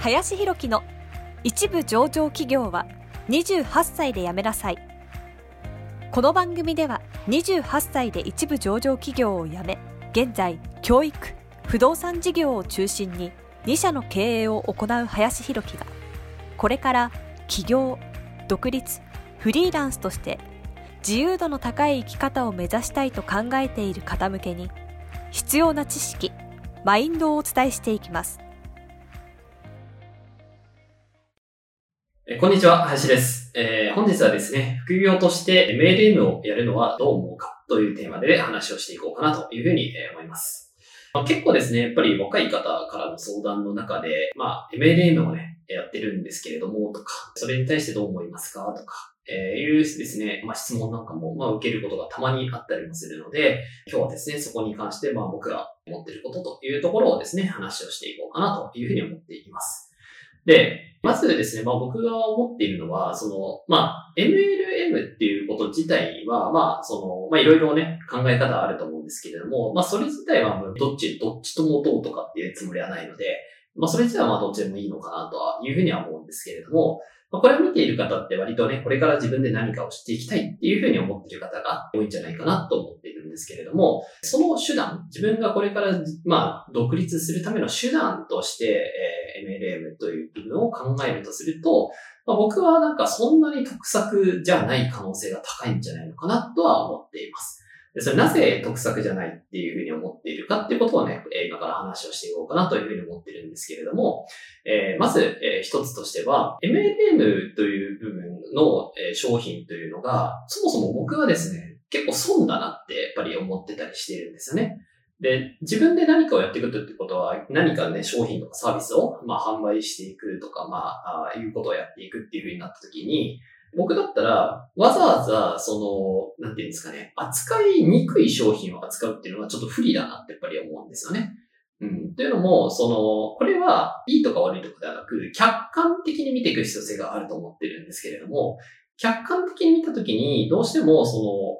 林弘樹の一部上場企業は28歳で辞めなさい。この番組では28歳で一部上場企業を辞め、現在教育、不動産事業を中心に2社の経営を行う林弘樹が、これから起業、独立、フリーランスとして自由度の高い生き方を目指したいと考えている方向けに、必要な知識、マインドをお伝えしていきます。 こんにちは、林です。本日はですね、副業として MLM をやるのはどう思うかというテーマで話をしていこうかなというふうに思います。結構ですね、やっぱり若い方からの相談の中で、MLM をね、やってるんですけれどもとか、それに対してどう思いますかとか、いうですね、質問なんかも受けることがたまにあったりもするので、今日はですね、そこに関して僕が思っていることというところをですね、話をしていこうかなというふうに思っていきます。で、まずですね、僕が思っているのは、MLM っていうこと自体は、いろいろね、考え方あると思うんですけれども、それ自体はどっちともどうとかっていうつもりはないので、それ自体はどっちでもいいのかなとはいうふうには思うんですけれども、これを見ている方って割とね、これから自分で何かをしていきたいっていうふうに思っている方が多いんじゃないかなと思っているんですけれども、その手段、自分がこれから独立するための手段として、MLM という部分を考えるとすると、僕はそんなに得策じゃない可能性が高いんじゃないのかなとは思っています。で、それなぜ得策じゃないっていうふうに思っているかっていうことをね、今から話をしていこうかなというふうに思っているんですけれども、まず、一つとしては、MLM という部分の商品というのが、そもそも僕はですね、結構損だなってやっぱり思ってたりしているんですよね。で、自分で何かをやっていくってことは、何かね、商品とかサービスを、販売していくとか、いうことをやっていくっていう風になった時に、僕だったら、わざわざ、なんていうんですかね、扱いにくい商品を扱うっていうのはちょっと不利だなってやっぱり思うんですよね。というのも、これはいいとか悪いとかではなく、客観的に見ていく必要性があると思ってるんですけれども、客観的に見たときに、どうしても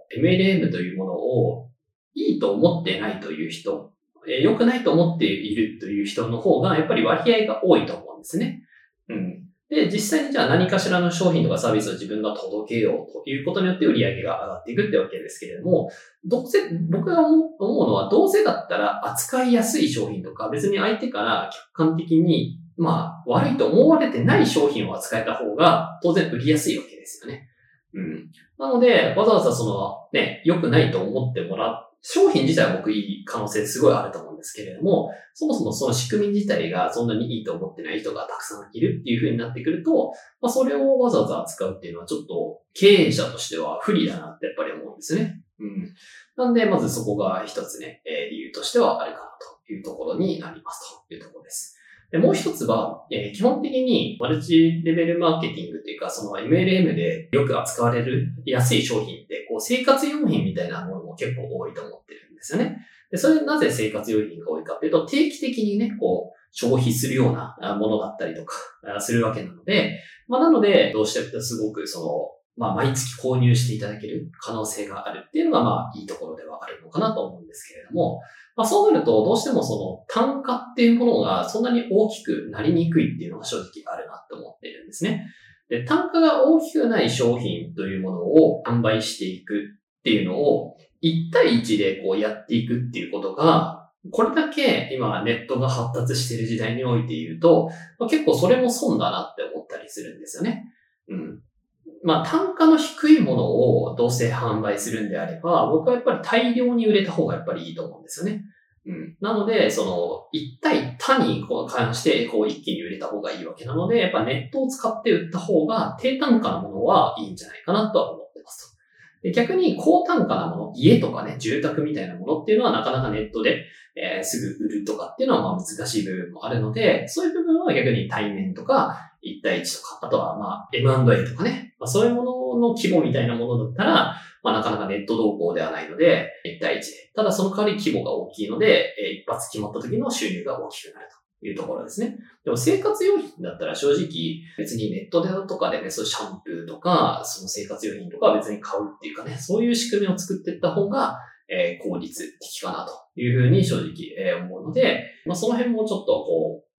MLM というものをいいと思ってないという人、良くないと思っているという人の方が、やっぱり割合が多いと思うんですね。で、実際にじゃあ何かしらの商品とかサービスを自分が届けようということによって売り上げが上がっていくってわけですけれども、僕が思うのは、どうせだったら扱いやすい商品とか、別に相手から客観的に、悪いと思われてない商品を扱えた方が、当然売りやすいわけですよね。なので、わざわざ良くないと思ってもらう、商品自体は僕いい可能性すごいあると思うんですけれども、そもそもその仕組み自体がそんなにいいと思ってない人がたくさんいるっていう風になってくると、それをわざわざ扱うっていうのはちょっと経営者としては不利だなってやっぱり思うんですね。なんで、まずそこが一つね、理由としてはあるかなというところになりますというところです。で、もう一つは、基本的にマルチレベルマーケティングというか、MLM でよく扱われる安い商品って、生活用品みたいなものも結構多いと思ってるんですよね。で、それなぜ生活用品が多いかっていうと、定期的にね、消費するようなものだったりとか、するわけなので、なので、どうしてもすごく毎月購入していただける可能性があるっていうのが、いいところではあるのかなと思うんですけれども、そうなると、どうしても単価っていうものがそんなに大きくなりにくいっていうのが正直あるなって思っているんですね。で、単価が大きくない商品というものを販売していくっていうのを、1対1でやっていくっていうことが、これだけ今ネットが発達している時代においていると、結構それも損だなって思ったりするんですよね。単価の低いものをどうせ販売するんであれば、僕はやっぱり大量に売れた方がやっぱりいいと思うんですよね。なので、一対他に関して一気に売れた方がいいわけなので、やっぱネットを使って売った方が低単価なものはいいんじゃないかなとは思ってますと。で、逆に高単価なもの、家とかね、住宅みたいなものっていうのはなかなかネットで、すぐ売るとかっていうのは難しい部分もあるので、そういう部分は逆に対面とか、1対1とか、あとはM&A とかね、そういうものの規模みたいなものだったら、なかなかネット動向ではないので、1対1で。ただその代わり規模が大きいので、一発決まった時の収入が大きくなるというところですね。でも生活用品だったら正直別にネットでとかでね、そういうシャンプーとか、その生活用品とかは別に買うっていうかね、そういう仕組みを作っていった方が、効率的かなというふうに正直、思うので、その辺もちょっと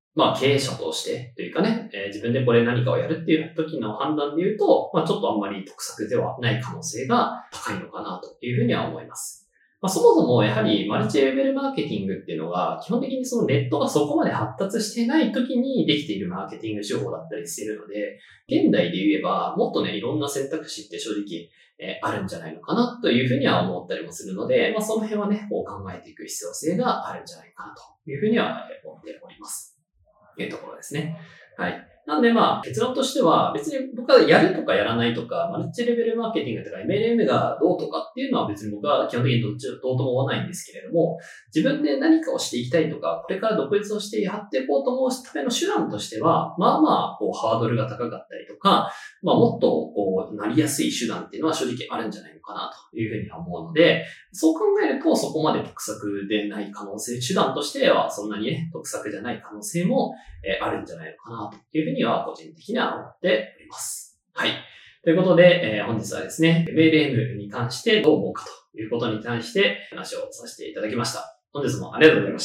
経営者としてというかね、自分でこれ何かをやるっていう時の判断で言うと、ちょっとあんまり得策ではない可能性が高いのかなというふうには思います。そもそもやはりマルチレベルマーケティングっていうのが基本的にそのネットがそこまで発達していない時にできているマーケティング手法だったりしているので、現代で言えばもっとね、いろんな選択肢って正直あるんじゃないのかなというふうには思ったりもするので、その辺はね、こう考えていく必要性があるんじゃないかなというふうには思っております。というところですね。はい。なんで結論としては別に僕はやるとかやらないとか、マルチレベルマーケティングとか MLM がどうとかっていうのは別に僕は基本的にどうとも思わないんですけれども、自分で何かをしていきたいとか、これから独立をしてやっていこうと思うための手段としては、こうハードルが高かったりとか、もっとこうなりやすい手段っていうのは正直あるんじゃないのかなというふうには思うので、そう考えるとそこまで得策でない可能性、手段としてはそんなにね、得策じゃない可能性もあるんじゃないのかなというふうには個人的には思っております。はい。ということで、本日はですね、MLM に関してどう思うかということに対して話をさせていただきました。本日もありがとうございました。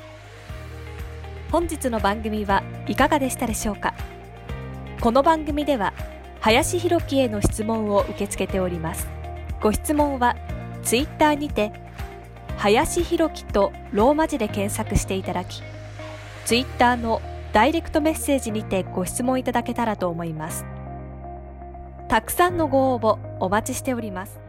本日の番組はいかがでしたでしょうか。この番組では林弘樹への質問を受け付けております。ご質問はツイッターにて林弘樹とローマ字で検索していただき、ツイッターのダイレクトメッセージにてご質問いただけたらと思います。たくさんのご応募お待ちしております。